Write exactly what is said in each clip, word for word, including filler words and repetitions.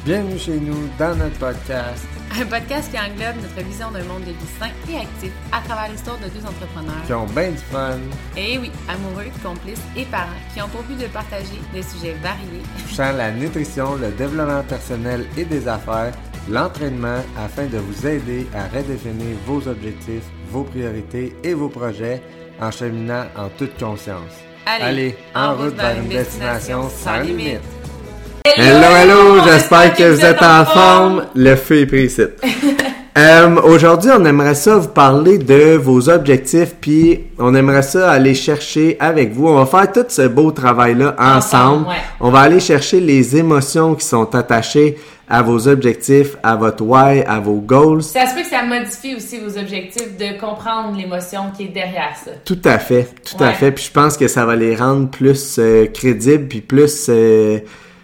Bienvenue chez nous dans notre podcast. Un podcast qui englobe notre vision d'un monde de vie sain et actif à travers l'histoire de deux entrepreneurs Qui ont bien du fun. Et oui, amoureux, complices et parents qui ont pour but de partager des sujets variés touchant la nutrition, le développement personnel et des affaires, l'entraînement afin de vous aider à redéfinir vos objectifs, vos priorités et vos projets en cheminant en toute conscience. Allez, Allez en, en route vers une destination, destination sans limite. limite. Hello, hello, hello, j'espère que vous êtes en forme. Le feu est pris ici. euh, aujourd'hui, on aimerait ça vous parler de vos objectifs, puis on aimerait ça aller chercher avec vous. On va faire tout ce beau travail-là ensemble. ensemble ouais. On va aller chercher les émotions qui sont attachées à vos objectifs, à votre why, à vos goals. Ça se peut que ça modifie aussi vos objectifs de comprendre l'émotion qui est derrière ça. Tout à fait, tout ouais. à fait. Puis je pense que ça va les rendre plus euh, crédibles, puis plus... Euh,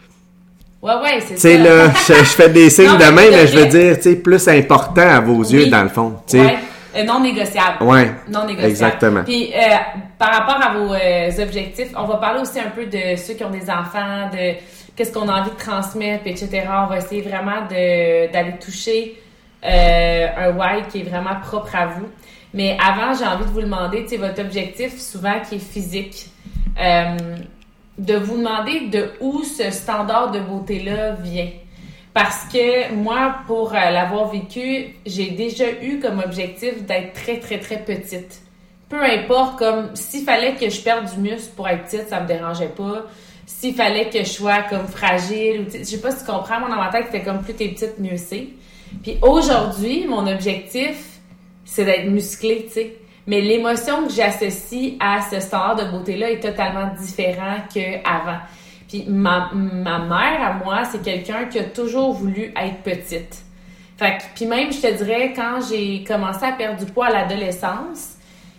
Ouais, ouais, c'est ça. Tu sais, là, je, je fais des signes non, de main, mais je veux dire, tu sais, plus important à vos oui. yeux, dans le fond. Tu sais. Ouais. Euh, non négociable. Ouais. Non négociable. Exactement. Puis, euh, par rapport à vos euh, objectifs, on va parler aussi un peu de ceux qui ont des enfants, de qu'est-ce qu'on a envie de transmettre, et cetera. On va essayer vraiment de, d'aller toucher euh, un why qui est vraiment propre à vous. Mais avant, j'ai envie de vous demander, tu sais, votre objectif, souvent, qui est physique. Euh, de vous demander de où ce standard de beauté-là vient. Parce que moi, pour euh, l'avoir vécu, j'ai déjà eu comme objectif d'être très, très, très petite. Peu importe, comme s'il fallait que je perde du muscle pour être petite, ça me dérangeait pas. S'il fallait que je sois comme fragile, ou je sais pas si tu comprends, moi dans ma tête, c'était comme plus t'es petite, mieux c'est. Puis aujourd'hui, mon objectif, c'est d'être musclée, tu sais. Mais l'émotion que j'associe à ce standard de beauté-là est totalement différent qu'avant. Puis ma, ma mère, à moi, c'est quelqu'un qui a toujours voulu être petite. Fait que, puis même, je te dirais, quand j'ai commencé à perdre du poids à l'adolescence,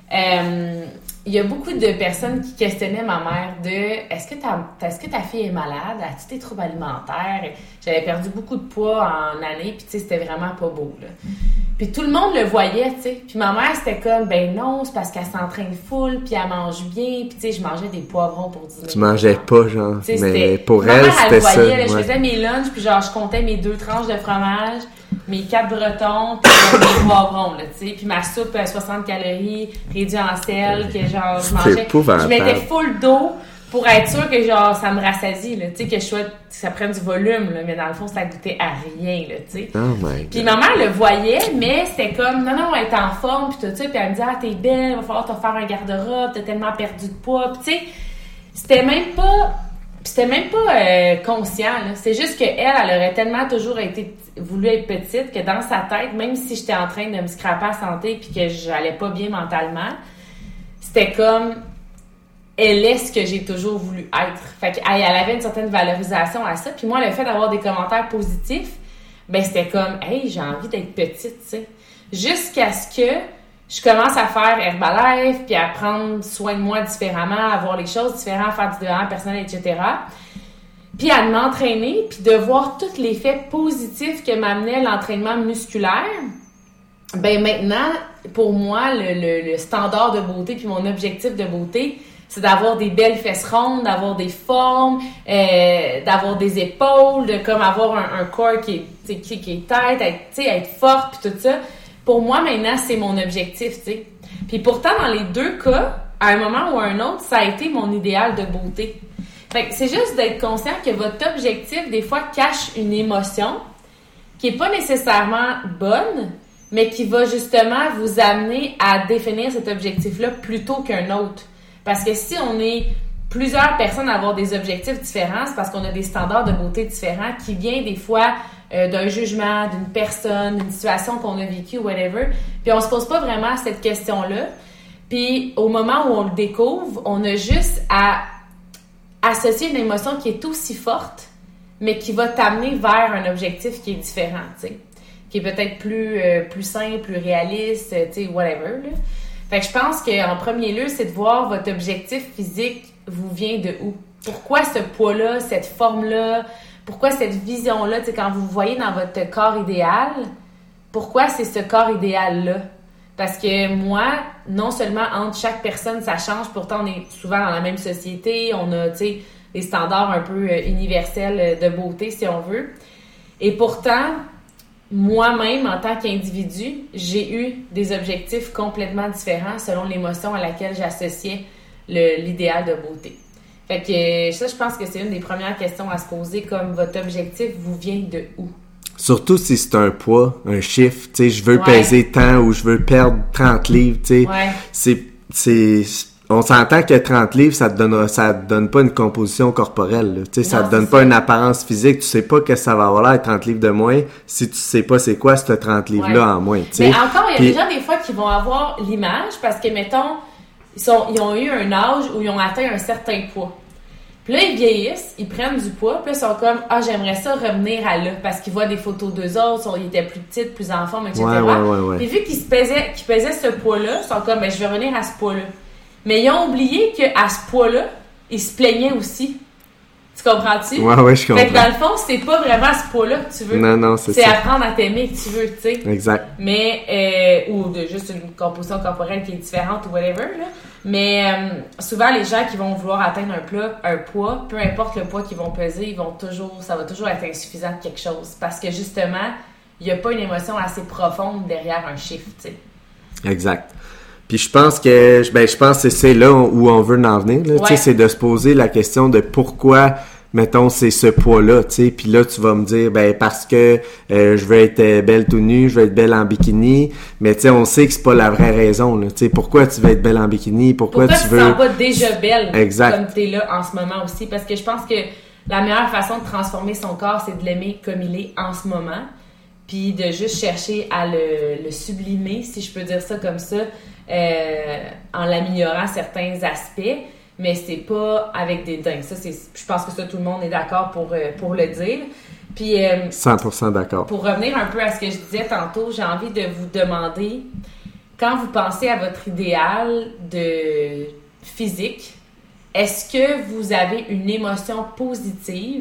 euh, il y a beaucoup de personnes qui questionnaient ma mère de « Est-ce que ta, est-ce que ta fille est malade? As-tu des troubles alimentaires? » J'avais perdu beaucoup de poids en année, puis tu sais, c'était vraiment pas beau, là. Puis tout le monde le voyait, tu sais. Puis ma mère, c'était comme, ben non, c'est parce qu'elle s'entraîne full, puis elle mange bien. Puis tu sais, je mangeais des poivrons pour dîner. Tu mangeais pas, genre, t'sais, mais pour ma elle, mère, c'était elle ça. Voyait, là, ouais. Je faisais mes lunchs, puis genre, je comptais mes deux tranches de fromage, mes quatre bretons, puis mes poivrons, là, tu sais. Puis ma soupe à soixante calories, réduite en sel, que genre, je mangeais. Je mettais full d'eau pour être sûre que genre ça me rassasie, là, tu sais, que je sois, que ça prenne du volume, là, mais dans le fond, ça goûtait à rien, là, tu sais. Oh my God. Puis ma mère le voyait, mais c'était comme, non, non, elle est en forme, puis tout ça, puis elle me disait, ah, t'es belle, il va falloir te faire un garde-robe, t'as tellement perdu de poids, puis tu sais, c'était même pas, c'était même pas euh, conscient, là. C'est juste qu'elle, elle aurait tellement toujours été, voulu être petite, que dans sa tête, même si j'étais en train de me scraper à santé, puis que j'allais pas bien mentalement, c'était comme... elle est ce que j'ai toujours voulu être. Fait qu'elle avait une certaine valorisation à ça. Puis moi, le fait d'avoir des commentaires positifs, ben c'était comme, hey, j'ai envie d'être petite, tu sais. Jusqu'à ce que je commence à faire Herbalife, puis à prendre soin de moi différemment, à voir les choses différemment, à faire du développement personnel, et cetera. Puis à m'entraîner, puis de voir tous les effets positifs que m'amenait l'entraînement musculaire. Ben maintenant, pour moi, le, le, le standard de beauté, puis mon objectif de beauté, c'est d'avoir des belles fesses rondes, d'avoir des formes, euh, d'avoir des épaules, de comme avoir un, un corps qui est, qui, qui est tête, être, être forte, puis tout ça. Pour moi, maintenant, c'est mon objectif, tu sais. Puis pourtant, dans les deux cas, à un moment ou à un autre, ça a été mon idéal de beauté. Fait que c'est juste d'être conscient que votre objectif, des fois, cache une émotion qui est pas nécessairement bonne, mais qui va justement vous amener à définir cet objectif-là plutôt qu'un autre. Parce que si on est plusieurs personnes à avoir des objectifs différents, c'est parce qu'on a des standards de beauté différents qui viennent des fois euh, d'un jugement, d'une personne, d'une situation qu'on a vécue, whatever. Puis on se pose pas vraiment cette question-là. Puis au moment où on le découvre, on a juste à associer une émotion qui est aussi forte, mais qui va t'amener vers un objectif qui est différent, tu sais, qui est peut-être plus, euh, plus simple, plus réaliste, tu sais, whatever, là. Fait que je pense qu'en premier lieu, c'est de voir votre objectif physique vous vient de où. Pourquoi ce poids-là, cette forme-là, pourquoi cette vision-là, tu sais, quand vous vous voyez dans votre corps idéal, pourquoi c'est ce corps idéal-là? Parce que moi, non seulement entre chaque personne, ça change, pourtant on est souvent dans la même société, on a, tu sais, des standards un peu universels de beauté, si on veut. Et pourtant, moi-même, en tant qu'individu, j'ai eu des objectifs complètement différents selon l'émotion à laquelle j'associais le, l'idéal de beauté. Fait que ça, je pense que c'est une des premières questions à se poser, comme votre objectif vous vient de où? Surtout si c'est un poids, un chiffre, tu sais, je veux Ouais. peser tant ou je veux perdre trente livres, tu sais. Ouais. C'est, c'est, on s'entend que trente livres, ça te donnera, ça te donne pas une composition corporelle, là. Tu sais, ça Non, te donne c'est pas ça. une apparence physique, tu sais pas que ça va avoir l'air trente livres de moins si tu sais pas c'est quoi ce trente livres-là Ouais. en moins, tu sais. Mais encore, il y a Puis- des gens, des fois, qui vont avoir l'image parce que, mettons, ils, sont, ils ont eu un âge où ils ont atteint un certain poids. Puis là, ils vieillissent, ils prennent du poids, puis là, ils sont comme « Ah, j'aimerais ça revenir à là. » Parce qu'ils voient des photos d'eux autres, ils étaient plus petites, plus en forme, et cetera. Ouais, ouais, ouais, ouais. Puis vu qu'ils se pesaient, qu'ils pesaient ce poids-là, ils sont comme « Ben, je vais revenir à ce poids-là. » Mais ils ont oublié qu'à ce poids-là, ils se plaignaient aussi. Tu comprends-tu? Ouais, ouais, je Fait que comprends. dans le fond, c'est pas vraiment ce poids-là que tu veux. Non, non, c'est C'est ça. apprendre à t'aimer que tu veux, tu sais. Exact. Mais, euh, ou de juste une composition corporelle qui est différente ou whatever, là. Mais euh, souvent, les gens qui vont vouloir atteindre un, plat, un poids, peu importe le poids qu'ils vont peser, ils vont toujours, ça va toujours être insuffisant de quelque chose. Parce que justement, il n'y a pas une émotion assez profonde derrière un chiffre, tu sais. Exact. Puis je pense que, ben, je pense que c'est là où on veut en venir, là. Ouais. Tu sais, c'est de se poser la question de pourquoi, mettons, c'est ce poids-là, tu sais. Puis là, tu vas me dire, ben, parce que euh, je veux être belle tout nu, je veux être belle en bikini. Mais tu sais, on sait que c'est pas la vraie raison, là. Tu sais, pourquoi tu veux être belle en bikini? Pourquoi, Pourquoi tu tu veux... te sens pas déjà belle Exact. comme t'es là en ce moment aussi? Parce que je pense que la meilleure façon de transformer son corps, c'est de l'aimer comme il est en ce moment. Puis de juste chercher à le, le sublimer, si je peux dire ça comme ça, euh, en l'améliorant certains aspects. Mais c'est pas avec des dingues. Ça, c'est, je pense que ça, tout le monde est d'accord pour, euh, pour le dire. Puis, euh, cent pour cent d'accord. pour revenir un peu à ce que je disais tantôt, j'ai envie de vous demander, quand vous pensez à votre idéal de physique, est-ce que vous avez une émotion positive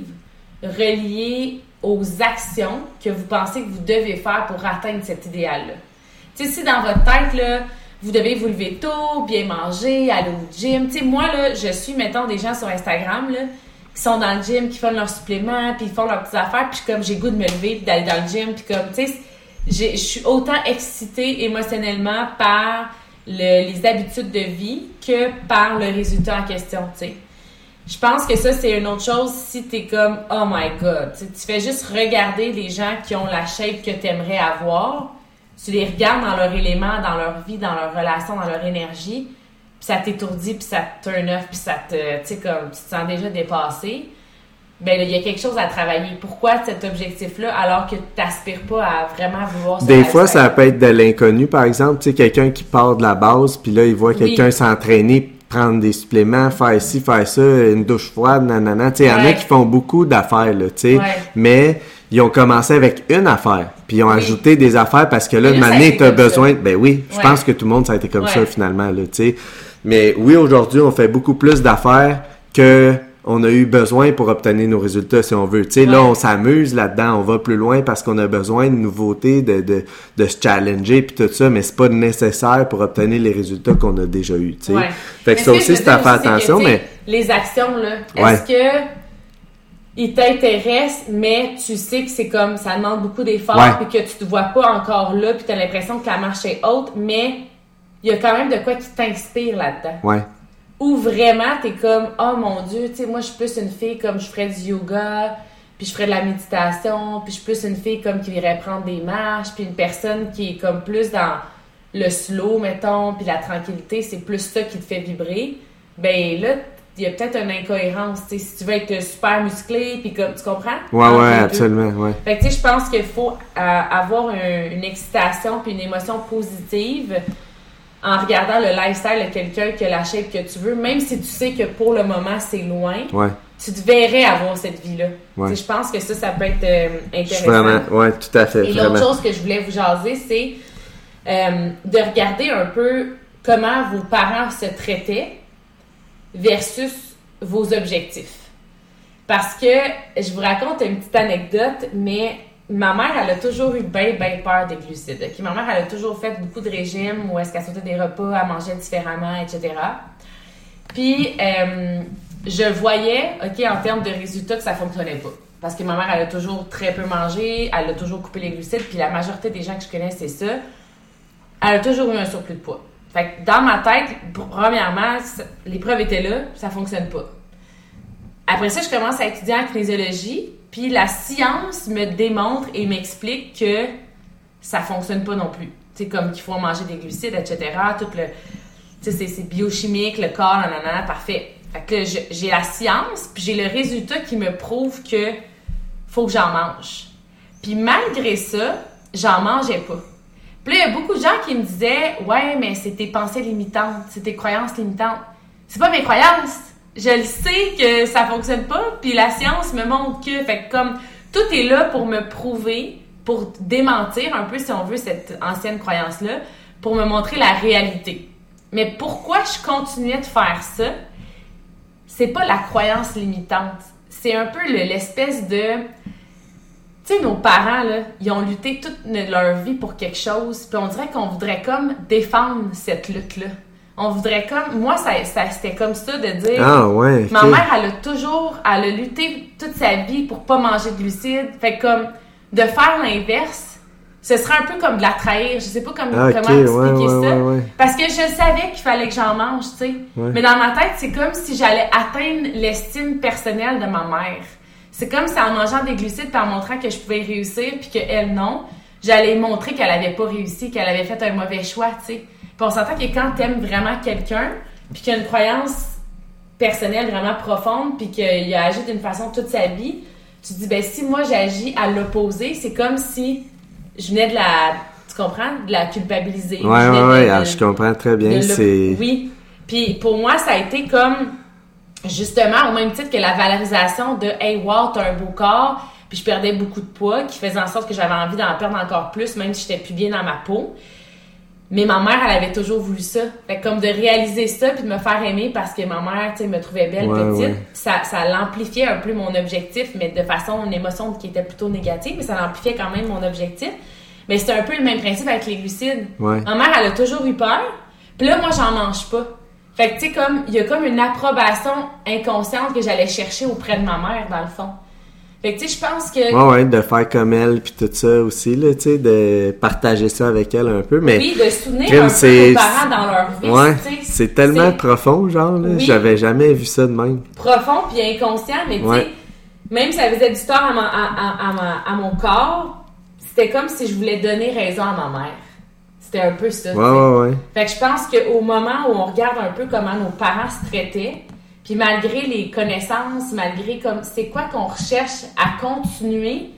reliée aux actions que vous pensez que vous devez faire pour atteindre cet idéal-là? Tu sais, si dans votre tête, là, vous devez vous lever tôt, bien manger, aller au gym. Tu sais, moi, là, je suis, mettons, des gens sur Instagram, là, qui sont dans le gym, qui font leurs suppléments, puis ils font leurs petites affaires, puis comme j'ai le goût de me lever, puis d'aller dans le gym, puis comme, tu sais, j'ai- je suis autant excitée émotionnellement par le- les habitudes de vie que par le résultat en question, tu sais. Je pense que ça, c'est une autre chose si t'es comme « Oh my God ». Tu sais, tu fais juste regarder les gens qui ont la shape que t'aimerais avoir. Tu les regardes dans leur élément, dans leur vie, dans leur relation, dans leur énergie. Puis ça t'étourdit, puis ça te turn off, puis ça te... Tu sais, comme tu te sens déjà dépassé. Ben là, il y a quelque chose à travailler. Pourquoi cet objectif-là alors que tu t'aspires pas à vraiment vouloir... Des fois, ça peut être de l'inconnu, par exemple. Tu sais, quelqu'un qui part de la base, puis là, il voit quelqu'un Oui. s'entraîner, prendre des suppléments, faire ci, faire ça, une douche froide, nanana. Tu sais, il y en a Ouais. qui font beaucoup d'affaires, là, tu sais. Ouais. Mais ils ont commencé avec une affaire, puis ils ont Oui. ajouté des affaires parce que là, Et de là, ça a manière, été t'as comme besoin... ça. Ben oui, je Ouais. pense que tout le monde, ça a été comme Ouais. ça, finalement, là, tu sais. Mais oui, aujourd'hui, on fait beaucoup plus d'affaires que... on a eu besoin pour obtenir nos résultats, si on veut. Tu sais, là, Ouais. on s'amuse là-dedans, on va plus loin parce qu'on a besoin de nouveautés, de, de, de se challenger puis tout ça, mais c'est pas nécessaire pour obtenir les résultats qu'on a déjà eus, tu sais. Ouais. Fait que Mais ça ce que aussi, je veux c'est à dire faire aussi, c'est que, attention, tu sais, mais... les actions, là, Ouais. est-ce que ils t'intéressent, mais tu sais que c'est comme, ça demande beaucoup d'efforts, Ouais. puis que tu te vois pas encore là, puis t'as l'impression que la marche est haute, mais il y a quand même de quoi qui t'inspire là-dedans. Ouais. Ou vraiment, t'es comme, oh mon Dieu, tu sais, moi, je suis plus une fille comme je ferais du yoga, puis je ferais de la méditation, puis je suis plus une fille comme qui irait prendre des marches, puis une personne qui est comme plus dans le slow, mettons, puis la tranquillité, c'est plus ça qui te fait vibrer. Ben là, il y a peut-être une incohérence, tu sais, si tu veux être super musclé, puis comme, tu comprends? Ouais, Entre ouais, les deux. absolument, ouais. Fait que, tu sais, je pense qu'il faut euh, avoir un- une excitation puis une émotion positive en regardant le lifestyle de quelqu'un qui a la shape que tu veux, même si tu sais que pour le moment, c'est loin, Ouais. tu te verrais avoir cette vie-là. Ouais. Tu sais, je pense que ça, ça peut être euh, Je suis intéressant. vraiment... Ouais, tout à fait, Et l'autre vraiment. chose que je voulais vous jaser, c'est euh, de regarder un peu comment vos parents se traitaient versus vos objectifs. Parce que, je vous raconte une petite anecdote, mais ma mère, elle a toujours eu bien, bien peur des glucides. ok? Ma mère, elle a toujours fait beaucoup de régimes où est-ce qu'elle sautait des repas, elle mangeait différemment, et cetera. Puis, euh, je voyais, OK, en termes de résultats, que ça fonctionnait pas. parce que ma mère, elle a toujours très peu mangé, elle a toujours coupé les glucides, puis la majorité des gens que je connais, c'est ça. Elle a toujours eu un surplus de poids. Fait que dans ma tête, premièrement, les preuves étaient là, ça fonctionne pas. Après ça, je commence à étudier en kinésiologie, puis la science me démontre et m'explique que ça fonctionne pas non plus. Tu sais, comme qu'il faut manger des glucides, et cetera. Tout le... Tu sais, c'est, c'est biochimique, le corps, nanana, parfait. Fait que là, j'ai la science, puis j'ai le résultat qui me prouve que faut que j'en mange. Puis malgré ça, j'en mangeais pas. Puis là, il y a beaucoup de gens qui me disaient « Ouais, mais c'est tes pensées limitantes, c'est tes croyances limitantes. » C'est pas mes croyances. Je le sais que ça fonctionne pas, puis la science me montre que... Fait que comme tout est là pour me prouver, pour démentir un peu, si on veut, cette ancienne croyance-là, pour me montrer la réalité. Mais pourquoi je continuais de faire ça? C'est pas la croyance limitante. C'est un peu le, l'espèce de... Tu sais, nos parents, là, ils ont lutté toute leur vie pour quelque chose, puis on dirait qu'on voudrait comme défendre cette lutte-là. On voudrait comme... Moi, ça, ça, c'était comme ça de dire... Ah ouais, okay. Ma mère, elle a toujours... Elle a lutté toute sa vie pour pas manger de glucides. Fait que comme de faire l'inverse, ce serait un peu comme de la trahir. Je sais pas comme, ah, okay, comment expliquer ouais, ouais, ça. Ouais, ouais. Parce que je savais qu'il fallait que j'en mange, tu sais. Ouais. Mais dans ma tête, c'est comme si j'allais atteindre l'estime personnelle de ma mère. C'est comme si en mangeant des glucides et en montrant que je pouvais réussir puis qu'elle non, j'allais montrer qu'elle avait pas réussi, qu'elle avait fait un mauvais choix, tu sais. Puis on s'entend que quand t'aimes vraiment quelqu'un puis qu'il y a une croyance personnelle vraiment profonde puis qu'il a agi d'une façon toute sa vie, tu te dis, ben si moi j'agis à l'opposé, c'est comme si je venais de la... Tu comprends? De la culpabiliser. Ouais, je ouais, de, ouais, de, ah, je comprends très bien, c'est... Oui. Puis pour moi, ça a été comme... Justement, au même titre que la valorisation de « Hey, wow, t'as un beau corps », puis je perdais beaucoup de poids, qui faisait en sorte que j'avais envie d'en perdre encore plus, même si j'étais plus bien dans ma peau. Mais ma mère, elle avait toujours voulu ça. Fait que comme de réaliser ça, puis de me faire aimer parce que ma mère, tu sais, me trouvait belle, ouais, petite, ouais. ça, ça l'amplifiait un peu mon objectif, mais de façon, une émotion qui était plutôt négative, mais ça l'amplifiait quand même mon objectif. Mais c'est un peu le même principe avec les glucides. Ouais. Ma mère, elle a toujours eu peur, puis là, moi, j'en mange pas. Fait que, tu sais, comme, il y a comme une approbation inconsciente que j'allais chercher auprès de ma mère, dans le fond. Fait que, tu sais, je pense que... Ouais, ouais, de faire comme elle, puis tout ça aussi, là, tu sais, de partager ça avec elle un peu, mais... Oui, de soutenir Crime, un c'est... peu nos parents dans leur vie, ouais, tu sais. c'est tellement c'est... profond, genre, là, oui. J'avais jamais vu ça de même. Profond puis inconscient, mais tu sais, ouais. Même si ça faisait du tort à, ma, à, à, à, ma, à mon corps, c'était comme si je voulais donner raison à ma mère. C'était un peu ça, ouais, ouais, ouais. Fait que je pense qu'au moment où on regarde un peu comment nos parents se traitaient, puis malgré les connaissances, malgré comme c'est quoi qu'on recherche à continuer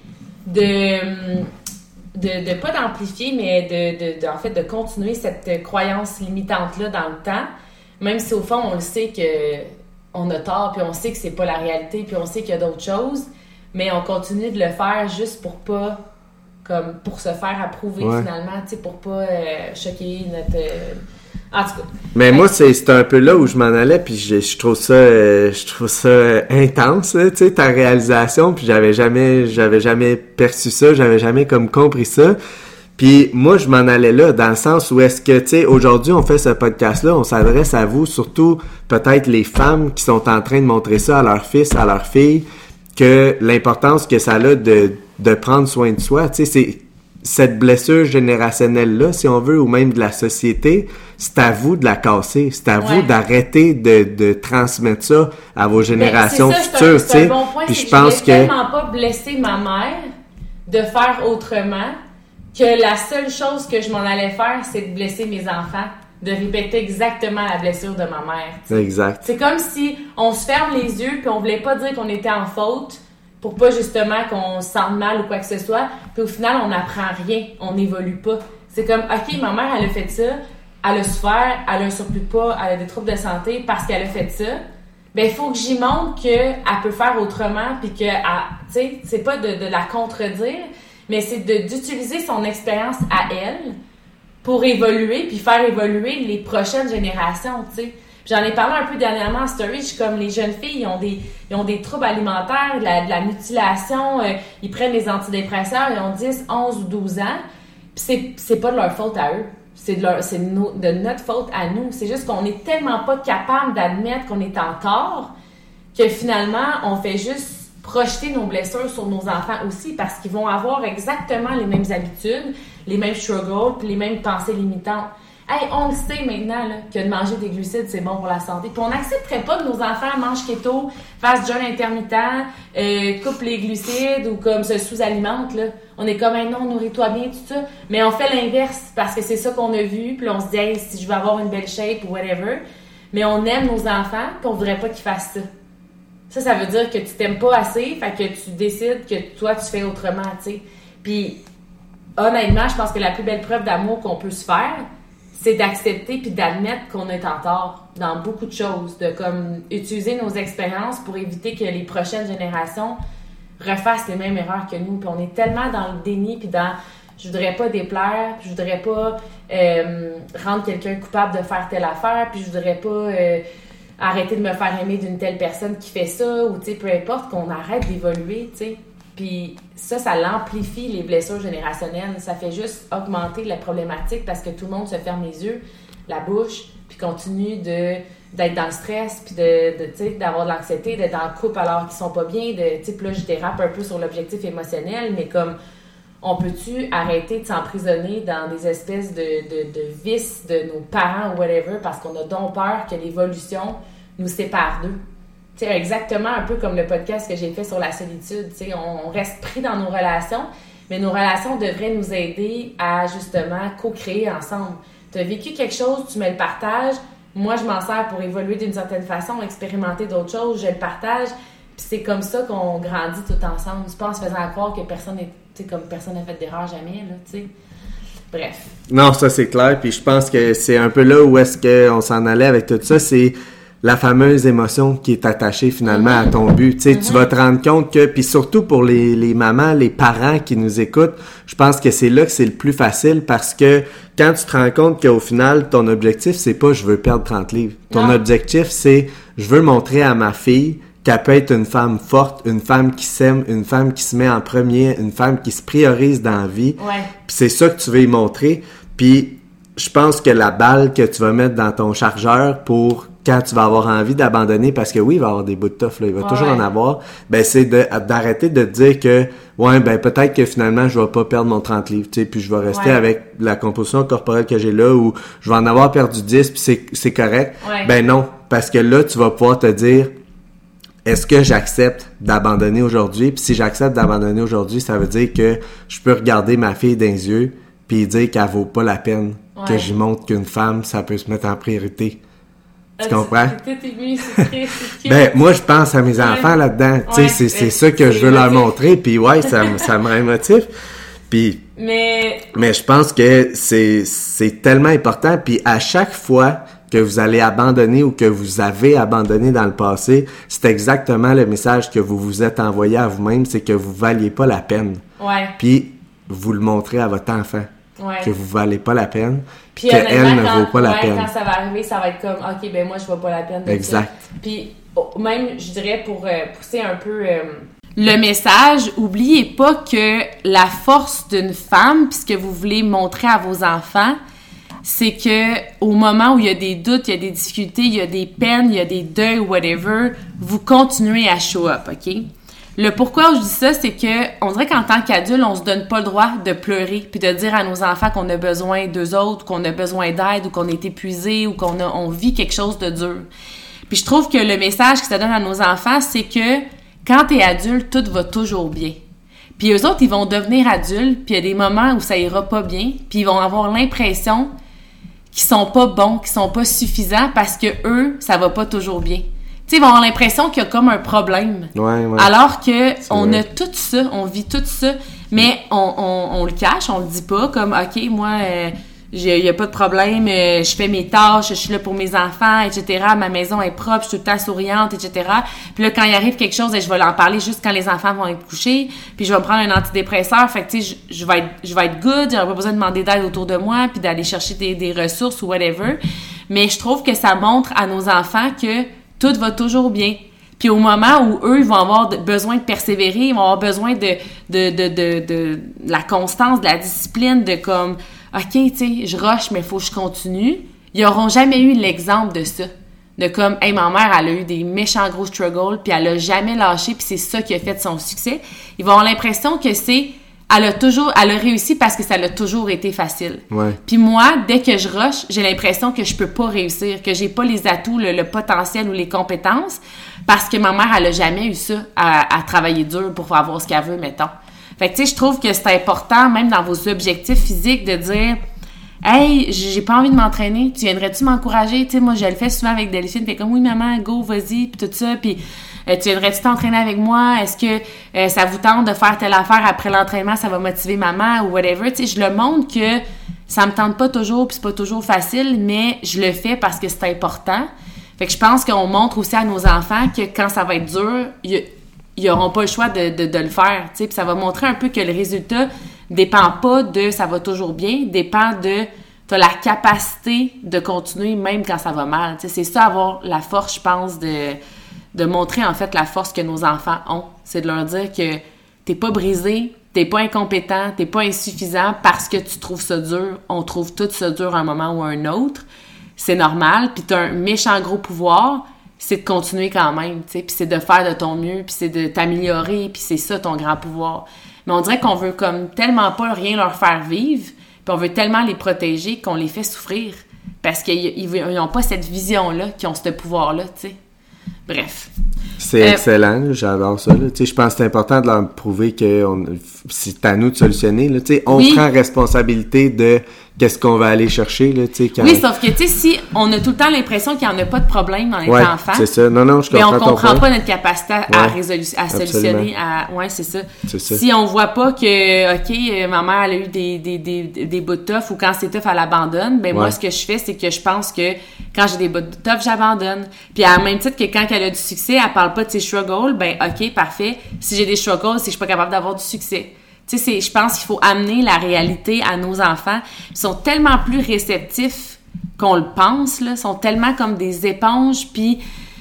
de, de, de pas d'amplifier, mais de, de, de, en fait, de continuer cette croyance limitante-là dans le temps, même si au fond, on le sait que on a tort, puis on sait que c'est pas la réalité, puis on sait qu'il y a d'autres choses, mais on continue de le faire juste pour pas... comme pour se faire approuver ouais. Finalement, tu sais, pour pas euh, choquer notre... Euh... En tout cas. Mais moi, c'est, c'est un peu là où je m'en allais, puis je, je trouve ça euh, je trouve ça euh, intense, tu sais, ta réalisation, puis j'avais jamais j'avais jamais perçu ça, j'avais jamais comme compris ça. Puis moi, je m'en allais là, dans le sens où est-ce que, tu sais, aujourd'hui, on fait ce podcast-là, on s'adresse à vous, surtout peut-être les femmes qui sont en train de montrer ça à leur fils, à leur fille, que l'importance que ça a de, de prendre soin de soi, tu sais, c'est cette blessure générationnelle-là, si on veut, ou même de la société, c'est à vous de la casser, c'est à ouais. vous d'arrêter de, de transmettre ça à vos générations ça, futures, tu sais. Bon point, puis je pense que je voulais tellement pas blesser ma mère de faire autrement que la seule chose que je m'en allais faire, c'est de blesser mes enfants, de répéter exactement la blessure de ma mère. T'sais. Exact. C'est comme si on se ferme les yeux puis on voulait pas dire qu'on était en faute pour pas justement qu'on se sente mal ou quoi que ce soit. Puis au final, on n'apprend rien, on n'évolue pas. C'est comme, OK, ma mère, elle a fait ça, elle a souffert, elle a un surplus de poids, elle a des troubles de santé parce qu'elle a fait ça. Ben, il faut que j'y montre qu'elle peut faire autrement puis que, tu sais, c'est pas de, de la contredire, mais c'est de, d'utiliser son expérience à elle pour évoluer puis faire évoluer les prochaines générations, tu sais. J'en ai parlé un peu dernièrement en story, je suis comme les jeunes filles, ils ont des, ils ont des troubles alimentaires, de la, de la mutilation, euh, ils prennent des antidépresseurs, ils ont dix, onze ou douze ans, puis c'est, c'est pas de leur faute à eux, c'est de, leur, c'est de, no, de notre faute à nous. C'est juste qu'on est tellement pas capable d'admettre qu'on est en tort que finalement, on fait juste projeter nos blessures sur nos enfants aussi parce qu'ils vont avoir exactement les mêmes habitudes, les mêmes struggles, puis les mêmes pensées limitantes. Hey, on le sait maintenant là, que de manger des glucides, c'est bon pour la santé. Puis on n'accepterait pas que nos enfants mangent keto, fassent jeûne intermittent, euh, coupent les glucides ou comme se sous-alimentent. Là. On est comme, hey, non, nourris-toi bien, tout ça. Mais on fait l'inverse parce que c'est ça qu'on a vu. Puis on se dit, hey, si je veux avoir une belle shape ou whatever. Mais on aime nos enfants, puis on voudrait pas qu'ils fassent ça. Ça, ça veut dire que tu t'aimes pas assez, fait que tu décides que toi, tu fais autrement, tu sais. Puis, honnêtement, je pense que la plus belle preuve d'amour qu'on peut se faire, c'est d'accepter puis d'admettre qu'on est en tort dans beaucoup de choses, de comme utiliser nos expériences pour éviter que les prochaines générations refassent les mêmes erreurs que nous. Puis on est tellement dans le déni puis dans je voudrais pas déplaire, puis je voudrais pas euh, rendre quelqu'un coupable de faire telle affaire, puis je voudrais pas euh, arrêter de me faire aimer d'une telle personne qui fait ça, ou tu sais, peu importe, qu'on arrête d'évoluer, tu sais. Puis ça, ça l'amplifie les blessures générationnelles. Ça fait juste augmenter la problématique parce que tout le monde se ferme les yeux, la bouche, puis continue de d'être dans le stress, puis de, de tu sais, d'avoir de l'anxiété, d'être dans le couple alors qu'ils sont pas bien, de, tu sais, puis là, je dérape un peu sur l'objectif émotionnel, mais comme, on peut-tu arrêter de s'emprisonner dans des espèces de, de, de vices de nos parents ou whatever parce qu'on a donc peur que l'évolution nous sépare d'eux? Tu sais, exactement un peu comme le podcast que j'ai fait sur la solitude. Tu sais, on, on reste pris dans nos relations, mais nos relations devraient nous aider à justement co-créer ensemble. Tu as vécu quelque chose, tu me le partages. Moi, je m'en sers pour évoluer d'une certaine façon, expérimenter d'autres choses, je le partage. Puis c'est comme ça qu'on grandit tout ensemble. C'est pas en se faisant croire que personne n'est, tu sais, comme personne n'a fait d'erreur jamais, là, tu sais. Bref. Non, ça c'est clair. Puis je pense que c'est un peu là où est-ce qu'on s'en allait avec tout ça. C'est la fameuse émotion qui est attachée finalement mm-hmm. à ton but. Tu sais, mm-hmm. tu vas te rendre compte que, puis surtout pour les, les mamans, les parents qui nous écoutent, je pense que c'est là que c'est le plus facile parce que quand tu te rends compte qu'au final, ton objectif, c'est pas « je veux perdre trente livres ». Ton non. objectif, c'est « je veux montrer à ma fille qu'elle peut être une femme forte, une femme qui s'aime, une femme qui se met en premier, une femme qui se priorise dans la vie. Ouais. » Puis c'est ça que tu veux y montrer. Puis je pense que la balle que tu vas mettre dans ton chargeur pour quand tu vas avoir envie d'abandonner, parce que oui, il va y avoir des bouts de toffe, là, il va ouais. toujours en avoir, ben c'est de, d'arrêter de te dire que ouais, ben peut-être que finalement je vais pas perdre mon trente livres, tu sais, puis je vais rester ouais. avec la composition corporelle que j'ai là, ou je vais en avoir perdu dix, puis c'est, c'est correct. Ouais. Ben non, parce que là, tu vas pouvoir te dire, est-ce que j'accepte d'abandonner aujourd'hui? Puis si j'accepte d'abandonner aujourd'hui, ça veut dire que je peux regarder ma fille dans les yeux puis dire qu'elle vaut pas la peine ouais. que j'y montre qu'une femme, ça peut se mettre en priorité. Tu ah, comprends? C'est, c'est, c'est, c'est, c'est, c'est ben, moi, je pense à mes ouais. enfants là-dedans. Ouais. Tu sais, c'est, c'est ça que je veux leur montrer. Puis ouais, ça, ça me rend émotif. Puis, mais... mais je pense que c'est, c'est tellement important. Puis à chaque fois que vous allez abandonner ou que vous avez abandonné dans le passé, c'est exactement le message que vous vous êtes envoyé à vous-même, c'est que vous valiez pas la peine. Ouais. Puis vous le montrez à votre enfant. Ouais. Que vous valez pas la peine, puis qu'elle ne quand, vaut pas la ouais, peine. Quand ça va arriver, ça va être comme, OK, ben moi, je ne vaux pas la peine de exact. Ça. Puis même, je dirais, pour euh, pousser un peu euh, le message, oubliez pas que la force d'une femme, puis ce que vous voulez montrer à vos enfants, c'est que au moment où il y a des doutes, il y a des difficultés, il y a des peines, il y a des deuils, whatever, vous continuez à show up, OK? Le pourquoi je dis ça, c'est que on dirait qu'en tant qu'adulte, on se donne pas le droit de pleurer puis de dire à nos enfants qu'on a besoin d'eux autres, qu'on a besoin d'aide ou qu'on est épuisé ou qu'on a, on vit quelque chose de dur. Puis je trouve que le message que ça donne à nos enfants, c'est que quand t'es adulte, tout va toujours bien. Puis eux autres, ils vont devenir adultes, puis il y a des moments où ça ira pas bien, puis ils vont avoir l'impression qu'ils sont pas bons, qu'ils sont pas suffisants parce que eux, ça va pas toujours bien. Tu sais, ils vont avoir l'impression qu'il y a comme un problème. Ouais, ouais. Alors que c'est on vrai. a tout ça, on vit tout ça, mais on, on, on le cache, on le dit pas, comme, OK, moi, euh, il n'y a pas de problème, euh, je fais mes tâches, je suis là pour mes enfants, et cetera. Ma maison est propre, je suis tout le temps souriante, et cetera. Puis là, quand il arrive quelque chose, je vais leur parler juste quand les enfants vont être couchés, puis je vais prendre un antidépresseur, fait que, tu sais, je, je vais être, je vais être good, j'aurai pas besoin de demander d'aide autour de moi, puis d'aller chercher des, des ressources ou whatever. Mais je trouve que ça montre à nos enfants que tout va toujours bien. Puis au moment où eux, ils vont avoir de, besoin de persévérer, ils vont avoir besoin de, de, de, de, de, de la constance, de la discipline, de comme, OK, tu sais, je rush, mais il faut que je continue. Ils n'auront jamais eu l'exemple de ça. de comme, hey, ma mère, elle a eu des méchants gros struggles, puis elle a jamais lâché, puis c'est ça qui a fait son succès. Ils vont avoir l'impression que c'est, elle a toujours, elle a réussi parce que ça l'a toujours été facile. Ouais. Puis moi, dès que je rush, j'ai l'impression que je peux pas réussir, que j'ai pas les atouts, le, le potentiel ou les compétences, parce que ma mère, elle a jamais eu ça à, à travailler dur pour avoir ce qu'elle veut, mettons. Fait que, tu sais, je trouve que c'est important, même dans vos objectifs physiques, de dire... Hey, j'ai pas envie de m'entraîner, tu viendrais-tu m'encourager? Tu sais, moi, je le fais souvent avec Delphine, puis comme, oui, maman, go, vas-y, puis tout ça, puis euh, tu viendrais-tu t'entraîner avec moi? Est-ce que euh, ça vous tente de faire telle affaire après l'entraînement, ça va motiver maman ou whatever? Tu sais, je le montre que ça me tente pas toujours, puis c'est pas toujours facile, mais je le fais parce que c'est important. Fait que je pense qu'on montre aussi à nos enfants que quand ça va être dur, ils, ils auront pas le choix de, de, de le faire, tu sais, puis ça va montrer un peu que le résultat dépend pas de ça va toujours bien, dépend de t'as la capacité de continuer même quand ça va mal. Tu sais, c'est ça, avoir la force, je pense, de, de montrer en fait la force que nos enfants ont. C'est de leur dire que t'es pas brisé, t'es pas incompétent, t'es pas insuffisant parce que tu trouves ça dur. On trouve tout ça dur à un moment ou à un autre. C'est normal, puis t'as un méchant gros pouvoir, c'est de continuer quand même, tu sais, puis c'est de faire de ton mieux, puis c'est de t'améliorer, puis c'est ça ton grand pouvoir. Mais on dirait qu'on veut comme tellement pas rien leur faire vivre, puis on veut tellement les protéger qu'on les fait souffrir. Parce qu'ils n'ont pas cette vision-là, qu'ils ont ce pouvoir-là, tu sais. Bref. C'est euh, excellent, j'adore ça. Là. Je pense que c'est important de leur prouver que on, c'est à nous de solutionner. Là, on oui. prend responsabilité de qu'est-ce qu'on va aller chercher. Là, quand... Oui, sauf que tu sais, si on a tout le temps l'impression qu'il n'y en a pas de problème dans les ouais, enfants, c'est ça. Non, non, je mais on ne comprend point. pas notre capacité à, ouais, résolu- à solutionner. À... Ouais, c'est ça. c'est ça. Si on voit pas que, OK, ma mère elle a eu des, des, des, des bouts de tough ou quand c'est tough, elle abandonne, ben ouais. moi, ce que je fais, c'est que je pense que quand j'ai des bouts de tough, j'abandonne. Puis à même titre que quand elle a du succès, elle parle pas de ses struggles, ben OK, parfait. Si j'ai des struggles, c'est que je suis pas capable d'avoir du succès. Tu sais, je pense qu'il faut amener la réalité à nos enfants. Ils sont tellement plus réceptifs qu'on le pense, là. Ils sont tellement comme des éponges, puis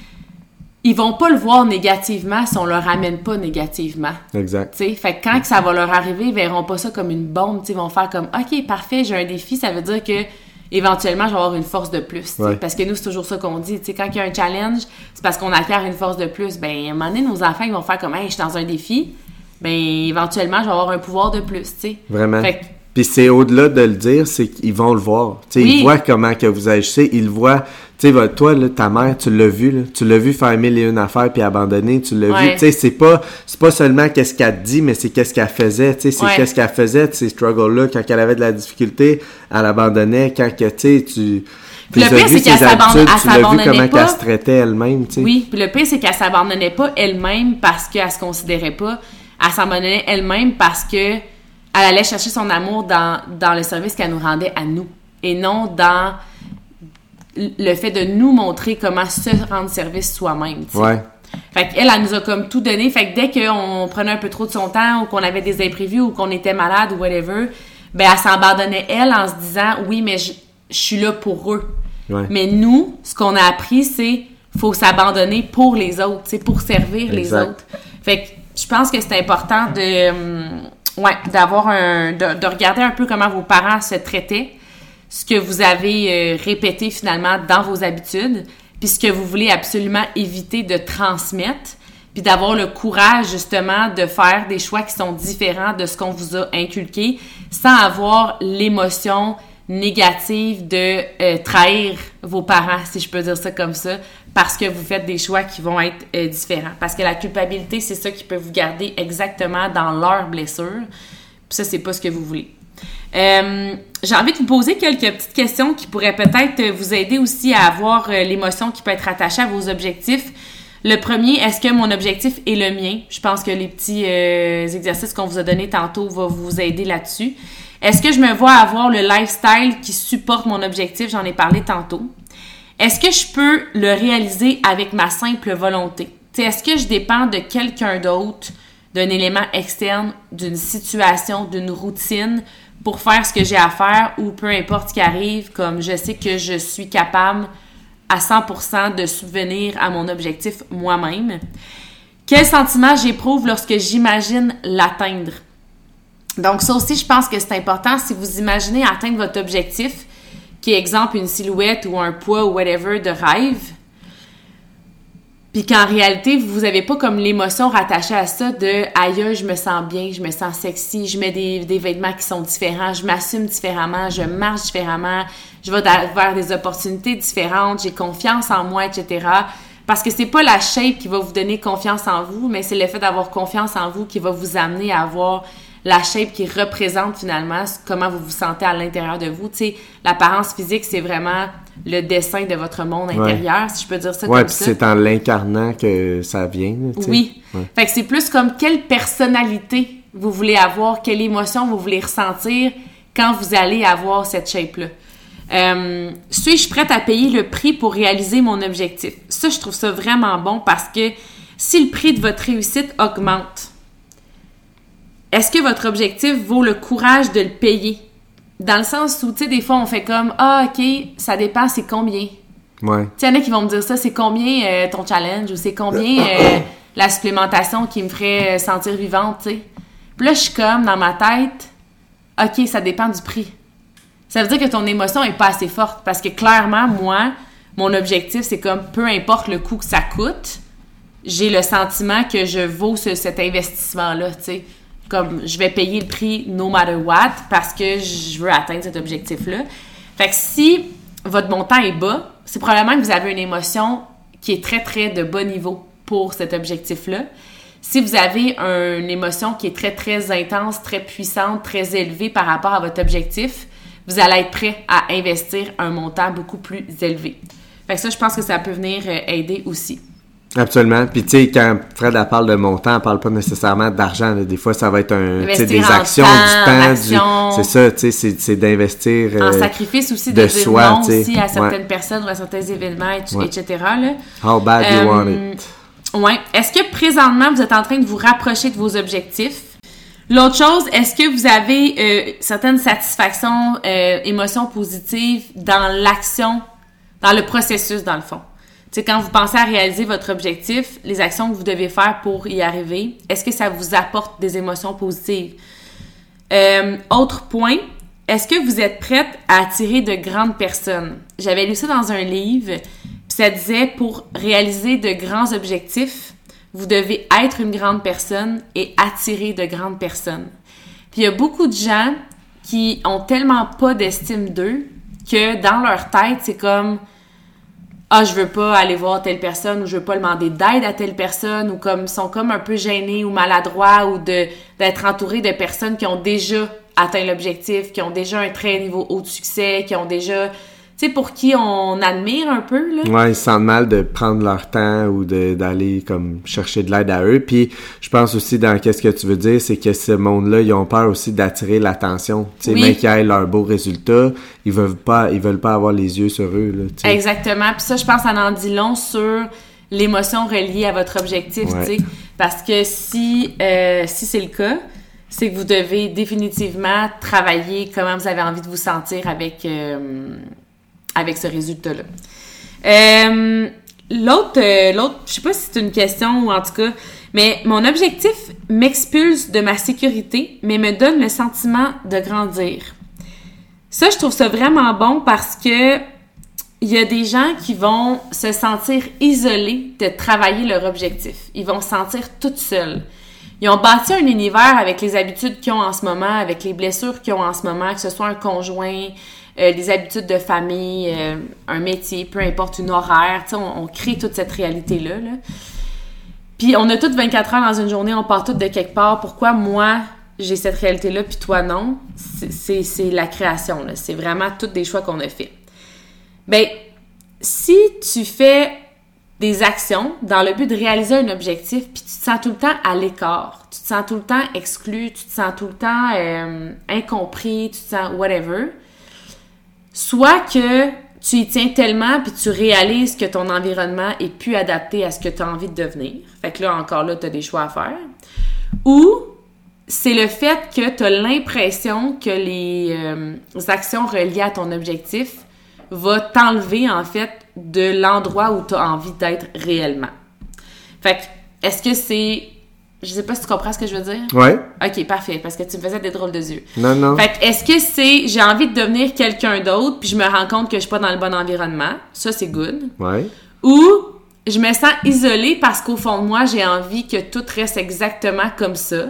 ils vont pas le voir négativement si on leur amène pas négativement. Exact. Tu sais, fait que quand que ça va leur arriver, ils verront pas ça comme une bombe. Tu sais, ils vont faire comme, OK, parfait, j'ai un défi, ça veut dire que éventuellement, je vais avoir une force de plus. Ouais. Parce que nous, c'est toujours ça qu'on dit. T'sais, quand il y a un challenge, c'est parce qu'on acquiert une force de plus. Ben, à un moment donné, nos enfants, ils vont faire comme, hey, je suis dans un défi. Ben, éventuellement, je vais avoir un pouvoir de plus. T'sais. Vraiment. Fait que, puis c'est au-delà de le dire, c'est qu'ils vont le voir. T'sais, oui. Ils voient comment que vous agissez. Ils le voient. Tu sais, toi, là, ta mère, tu l'as vu, là. Tu l'as vu faire mille et une affaires puis abandonner. Tu l'as ouais. vu. Tu sais, c'est pas, c'est pas seulement qu'est-ce qu'elle te dit, mais c'est qu'est-ce qu'elle faisait. Tu sais, c'est ouais. qu'est-ce qu'elle faisait de ces struggles-là. Quand elle avait de la difficulté, elle abandonnait. Quand que, tu sais, tu... Puis le pire, c'est qu'elle s'abandonnait pas. Tu l'as vu comment qu'elle se traitait elle-même, tu sais. Oui, puis le pire, c'est qu'elle s'abandonnait pas elle-même parce qu'elle se considérait pas. Elle s'abandonnait elle-même parce que elle allait chercher son amour dans, dans le service qu'elle nous rendait à nous. Et non dans le fait de nous montrer comment se rendre service soi-même, tu sais. Ouais. Fait qu'elle, elle nous a comme tout donné. Fait que dès qu'on prenait un peu trop de son temps ou qu'on avait des imprévus ou qu'on était malade ou whatever, ben elle s'abandonnait elle en se disant « Oui, mais je, je suis là pour eux. Ouais. » Mais nous, ce qu'on a appris, c'est faut s'abandonner pour les autres, c'est pour servir exact. Les autres. Fait que je pense que c'est important de, ouais, d'avoir un, de, de regarder un peu comment vos parents se traitaient, ce que vous avez euh, répété finalement dans vos habitudes, puis ce que vous voulez absolument éviter de transmettre, puis d'avoir le courage justement de faire des choix qui sont différents de ce qu'on vous a inculqué, sans avoir l'émotion négative de euh, trahir vos parents, si je peux dire ça comme ça, parce que vous faites des choix qui vont être euh, différents. Parce que la culpabilité, c'est ça qui peut vous garder exactement dans leur blessure. Puis ça, c'est pas ce que vous voulez. Euh, j'ai envie de vous poser quelques petites questions qui pourraient peut-être vous aider aussi à avoir euh, l'émotion qui peut être attachée à vos objectifs. Le premier, est-ce que mon objectif est le mien? Je pense que les petits euh, exercices qu'on vous a donnés tantôt vont vous aider là-dessus. Est-ce que je me vois avoir le lifestyle qui supporte mon objectif? J'en ai parlé tantôt. Est-ce que je peux le réaliser avec ma simple volonté? T'sais, est-ce que je dépends de quelqu'un d'autre, d'un élément externe, d'une situation, d'une routine pour faire ce que j'ai à faire ou peu importe ce qui arrive, comme je sais que je suis capable à cent pour cent de subvenir à mon objectif moi-même? Quel sentiment j'éprouve lorsque j'imagine l'atteindre? Donc ça aussi, je pense que c'est important. Si vous imaginez atteindre votre objectif, qui est exemple une silhouette ou un poids ou whatever de rêve, Puis qu'en réalité, vous avez pas comme l'émotion rattachée à ça de « aïe, je me sens bien, je me sens sexy, je mets des, des vêtements qui sont différents, je m'assume différemment, je marche différemment, je vais vers des opportunités différentes, j'ai confiance en moi, et cetera » Parce que c'est pas la shape qui va vous donner confiance en vous, mais c'est le fait d'avoir confiance en vous qui va vous amener à avoir la shape qui représente finalement comment vous vous sentez à l'intérieur de vous. Tu sais, l'apparence physique, c'est vraiment le dessin de votre monde intérieur, ouais. si je peux dire ça ouais, comme ça. Ouais, puis c'est en l'incarnant que ça vient. Tu sais. Oui. Ouais. Fait que c'est plus comme quelle personnalité vous voulez avoir, quelle émotion vous voulez ressentir quand vous allez avoir cette shape-là. Euh, suis-je prête à payer le prix pour réaliser mon objectif? Ça, je trouve ça vraiment bon parce que si le prix de votre réussite augmente, est-ce que votre objectif vaut le courage de le payer? Dans le sens où, tu sais, des fois, on fait comme « Ah, OK, ça dépend, c'est combien? » Ouais. Tu sais, il y en a qui vont me dire ça, c'est combien euh, ton challenge ou c'est combien euh, la supplémentation qui me ferait sentir vivante, tu sais. Puis là, je suis comme, dans ma tête, « OK, ça dépend du prix. » Ça veut dire que ton émotion est pas assez forte parce que clairement, moi, mon objectif, c'est comme, peu importe le coût que ça coûte, j'ai le sentiment que je vaux ce, cet investissement-là, tu sais. Comme, je vais payer le prix no matter what parce que je veux atteindre cet objectif-là. Fait que si votre montant est bas, c'est probablement que vous avez une émotion qui est très, très de bas niveau pour cet objectif-là. Si vous avez un, une émotion qui est très, très intense, très puissante, très élevée par rapport à votre objectif, vous allez être prêt à investir un montant beaucoup plus élevé. Fait que ça, je pense que ça peut venir aider aussi. Absolument. Puis tu sais, quand Fred elle parle de montant, elle parle pas nécessairement d'argent. Là. Des fois, ça va être un, tu sais, des actions, temps, du temps, action, du, c'est ça. Tu sais, c'est, c'est d'investir euh, en sacrifice aussi de de soi, dire non aussi à certaines ouais. personnes ou à certains événements, et, ouais. et cetera. Là. How bad euh, you want it. Ouais. Est-ce que présentement vous êtes en train de vous rapprocher de vos objectifs? L'autre chose, est-ce que vous avez euh, certaines satisfactions, euh, émotions positives dans l'action, dans le processus dans le fond? Tu sais, quand vous pensez à réaliser votre objectif, les actions que vous devez faire pour y arriver, est-ce que ça vous apporte des émotions positives? Euh, autre point, est-ce que vous êtes prête à attirer de grandes personnes? J'avais lu ça dans un livre, puis ça disait pour réaliser de grands objectifs, vous devez être une grande personne et attirer de grandes personnes. Puis il y a beaucoup de gens qui ont tellement pas d'estime d'eux que dans leur tête, c'est comme « Ah, je veux pas aller voir telle personne » ou « Je veux pas demander d'aide à telle personne » ou comme sont comme un peu gênés ou maladroits ou de d'être entourés de personnes qui ont déjà atteint l'objectif, qui ont déjà un très niveau haut de succès, qui ont déjà... Tu sais, pour qui on admire un peu, là. Ouais, ils se sentent mal de prendre leur temps ou de d'aller comme chercher de l'aide à eux. Puis je pense aussi dans qu'est-ce que tu veux dire, c'est que ce monde-là, ils ont peur aussi d'attirer l'attention. Tu sais, oui. Même qu'ils aient leurs beaux résultats, ils veulent pas, ils veulent pas avoir les yeux sur eux, là. Tu sais. Exactement. Puis ça, je pense, ça en dit long sur l'émotion reliée à votre objectif, ouais. tu sais. Parce que si euh, si c'est le cas, c'est que vous devez définitivement travailler comment vous avez envie de vous sentir avec euh, avec ce résultat-là. Euh, l'autre, euh, l'autre, je sais pas si c'est une question ou en tout cas, mais mon objectif m'expulse de ma sécurité, mais me donne le sentiment de grandir. Ça, je trouve ça vraiment bon parce que il y a des gens qui vont se sentir isolés de travailler leur objectif. Ils vont se sentir toutes seuls. Ils ont bâti un univers avec les habitudes qu'ils ont en ce moment, avec les blessures qu'ils ont en ce moment, que ce soit un conjoint, euh, des habitudes de famille, euh, un métier, peu importe, une horaire. Tu sais, on, on crée toute cette réalité-là. Là. Puis on a toutes vingt-quatre heures dans une journée, on part toutes de quelque part. Pourquoi moi, j'ai cette réalité-là, puis toi, non? C'est, c'est, c'est la création. Là. C'est vraiment toutes des choix qu'on a fait. Bien, si tu fais des actions dans le but de réaliser un objectif, puis tu te sens tout le temps à l'écart, tu te sens tout le temps exclu, tu te sens tout le temps euh, incompris, tu te sens whatever, soit que tu y tiens tellement puis tu réalises que ton environnement est plus adapté à ce que tu as envie de devenir, fait que là, encore là, tu as des choix à faire, ou c'est le fait que tu as l'impression que les euh, actions reliées à ton objectif va t'enlever, en fait, de l'endroit où tu as envie d'être réellement. Fait que, est-ce que c'est... Je sais pas si tu comprends ce que je veux dire. Ouais. OK, parfait, parce que tu me faisais des drôles de yeux. Non, non. Fait que, est-ce que c'est... J'ai envie de devenir quelqu'un d'autre, puis je me rends compte que je suis pas dans le bon environnement. Ça, c'est good. Ouais. Ou je me sens isolée parce qu'au fond de moi, j'ai envie que tout reste exactement comme ça,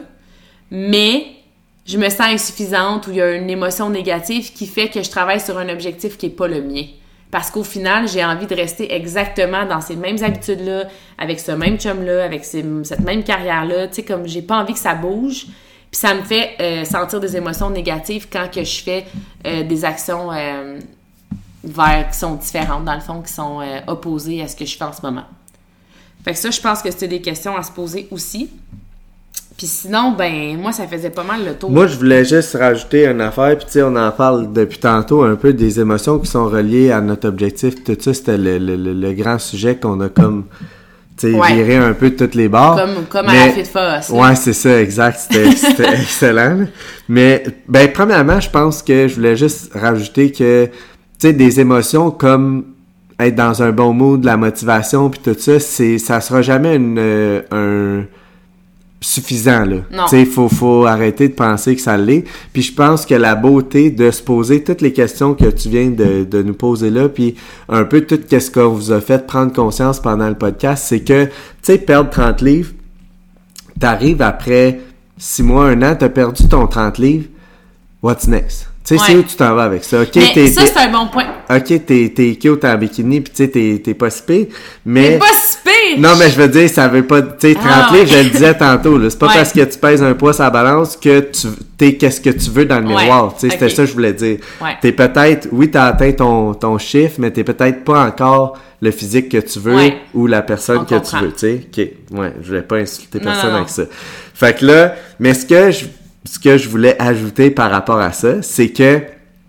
mais je me sens insuffisante ou il y a une émotion négative qui fait que je travaille sur un objectif qui n'est pas le mien. Parce qu'au final, j'ai envie de rester exactement dans ces mêmes habitudes-là, avec ce même chum-là, avec ces, cette même carrière-là. Tu sais, comme j'ai pas envie que ça bouge. Puis ça me fait euh, sentir des émotions négatives quand que je fais euh, des actions euh, vers qui sont différentes, dans le fond, qui sont euh, opposées à ce que je fais en ce moment. Fait que ça, je pense que c'est des questions à se poser aussi. Puis sinon, ben, moi, ça faisait pas mal le tour. Moi, je voulais juste rajouter une affaire, puis tu sais, on en parle depuis tantôt un peu des émotions qui sont reliées à notre objectif. Tout ça, c'était le, le, le, le grand sujet qu'on a comme, tu sais, ouais. viré un peu de toutes les barres. Comme, comme Mais, à la fête Foss. Ouais, c'est ça, exact. C'était, c'était excellent. Là. Mais, ben, premièrement, je pense que je voulais juste rajouter que, tu sais, des émotions comme être dans un bon mood, la motivation, puis tout ça, c'est, ça sera jamais une, euh, un... suffisant, là. Tu sais, il faut, faut arrêter de penser que ça l'est. Puis je pense que la beauté de se poser toutes les questions que tu viens de, de nous poser là, puis un peu tout ce qu'on vous a fait prendre conscience pendant le podcast, c'est que, tu sais, perdre trente livres, t'arrives après six mois, un an, t'as perdu ton trente livres, what's next? Tu sais, ouais. C'est où tu t'en vas avec ça. Okay, mais t'es, ça, t'es... c'est un bon point. OK, t'es, t'es cute en bikini, pis tu sais, t'es, t'es pas si pire, mais... T'es pas si pire! Non, mais je veux dire, ça veut pas... Tu sais, trente ah, livres, ouais. Je le disais tantôt, là, c'est pas ouais. parce que tu pèses un poids sur la balance que tu t'es qu'est-ce que tu veux dans le miroir. Ouais. Tu sais, okay. C'était ça que je voulais dire. Ouais. T'es peut-être... Oui, t'as atteint ton, ton chiffre, mais t'es peut-être pas encore le physique que tu veux ouais. ou la personne On que comprend. Tu veux, tu sais. OK, ouais, je voulais pas insulter personne non, non, avec non. ça. Fait que là, mais ce que je, ce que je voulais ajouter par rapport à ça, c'est que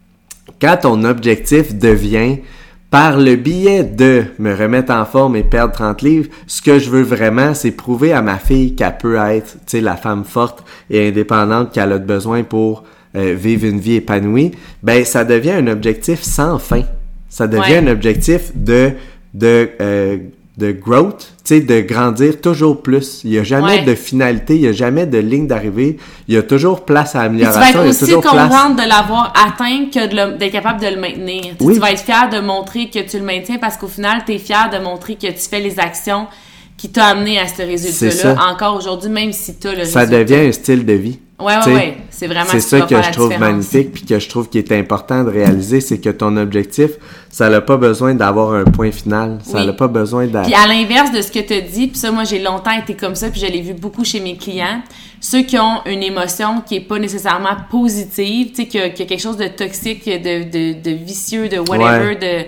quand ton objectif devient, par le biais de me remettre en forme et perdre trente livres, ce que je veux vraiment, c'est prouver à ma fille qu'elle peut être, tu sais, la femme forte et indépendante qu'elle a besoin pour euh, vivre une vie épanouie, ben ça devient un objectif sans fin. Ça devient ouais. un objectif de de euh, de growth, tu sais, de grandir toujours plus. Il n'y a jamais ouais. de finalité, il n'y a jamais de ligne d'arrivée. Il y a toujours place à amélioration. Tu vas être aussi contente place... de l'avoir atteint que de le, d'être capable de le maintenir. Oui. Tu vas être fier de montrer que tu le maintiens parce qu'au final, tu es fier de montrer que tu fais les actions qui t'ont amené à ce résultat-là. Encore aujourd'hui, même si tu as le ça résultat. Ça devient un style de vie. Oui, oui, oui. C'est vraiment c'est ça que je trouve magnifique puis que je trouve qu'il est important de réaliser, c'est que ton objectif, ça n'a pas besoin d'avoir un point final. Ça n'a oui. pas besoin d'avoir... Puis à l'inverse de ce que tu as dit, puis ça, moi, j'ai longtemps été comme ça, puis je l'ai vu beaucoup chez mes clients, ceux qui ont une émotion qui est pas nécessairement positive, tu sais, qu'il y a, qu'il y a quelque chose de toxique, de, de, de vicieux, de whatever, ouais. de...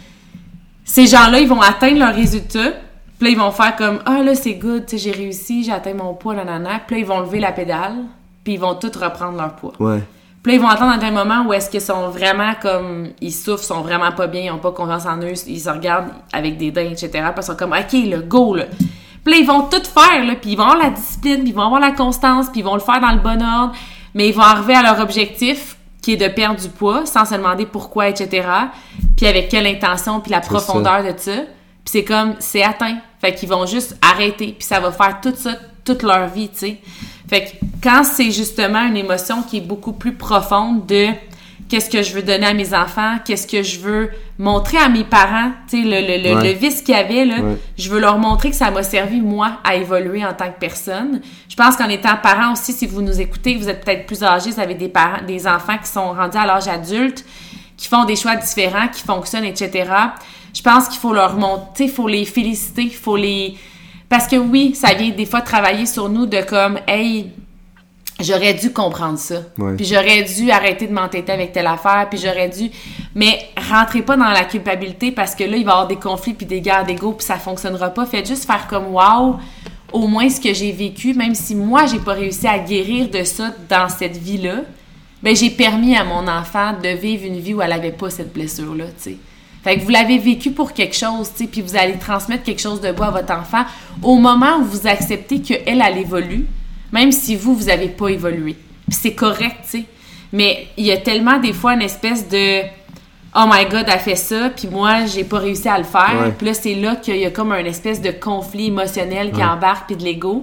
Ces gens-là, ils vont atteindre leur résultat, puis là, ils vont faire comme « Ah, là, c'est good, tu sais, j'ai réussi, j'ai atteint mon poids, nanana. » Puis là, ils vont lever la pédale, puis ils vont tous reprendre leur poids. Ouais. Puis là, ils vont attendre dans un moment où est-ce qu'ils sont vraiment comme... Ils souffrent, sont vraiment pas bien, ils ont pas confiance en eux, ils se regardent avec des dents, et cetera. Puis ils sont comme « OK, là, go, là. » Puis là, ils vont tout faire, là, puis ils vont avoir la discipline, puis ils vont avoir la constance, puis ils vont le faire dans le bon ordre, mais ils vont arriver à leur objectif, qui est de perdre du poids, sans se demander pourquoi, et cetera. Puis avec quelle intention, puis la c'est profondeur ça. De ça. Puis c'est comme, c'est atteint. Fait qu'ils vont juste arrêter, puis ça va faire tout ça, toute leur vie, tu sais. Fait que quand c'est justement une émotion qui est beaucoup plus profonde de qu'est-ce que je veux donner à mes enfants, qu'est-ce que je veux montrer à mes parents, tu sais, le, le, ouais. le vice qu'il y avait, là, ouais. je veux leur montrer que ça m'a servi, moi, à évoluer en tant que personne. Je pense qu'en étant parent aussi, si vous nous écoutez, vous êtes peut-être plus âgés, vous avez des parents, des enfants qui sont rendus à l'âge adulte, qui font des choix différents, qui fonctionnent, et cetera. Je pense qu'il faut leur montrer, il faut les féliciter, il faut les... Parce que oui, ça vient des fois travailler sur nous de comme, hey, j'aurais dû comprendre ça. Ouais. Puis j'aurais dû arrêter de m'entêter avec telle affaire, puis j'aurais dû... Mais rentrez pas dans la culpabilité parce que là, il va y avoir des conflits puis des guerres d'ego puis ça fonctionnera pas. Faites juste faire comme, wow, au moins ce que j'ai vécu, même si moi, j'ai pas réussi à guérir de ça dans cette vie-là, ben j'ai permis à mon enfant de vivre une vie où elle avait pas cette blessure-là, tu sais. Fait que vous l'avez vécu pour quelque chose, tu sais, puis vous allez transmettre quelque chose de beau à votre enfant au moment où vous acceptez qu'elle, elle évolue, même si vous, vous avez pas évolué. Puis c'est correct, tu sais. Mais il y a tellement des fois une espèce de « Oh my God, elle fait ça, puis moi, j'ai pas réussi à le faire. Ouais. » Puis là, c'est là qu'il y a comme une espèce de conflit émotionnel qui ouais. embarque, puis de l'ego.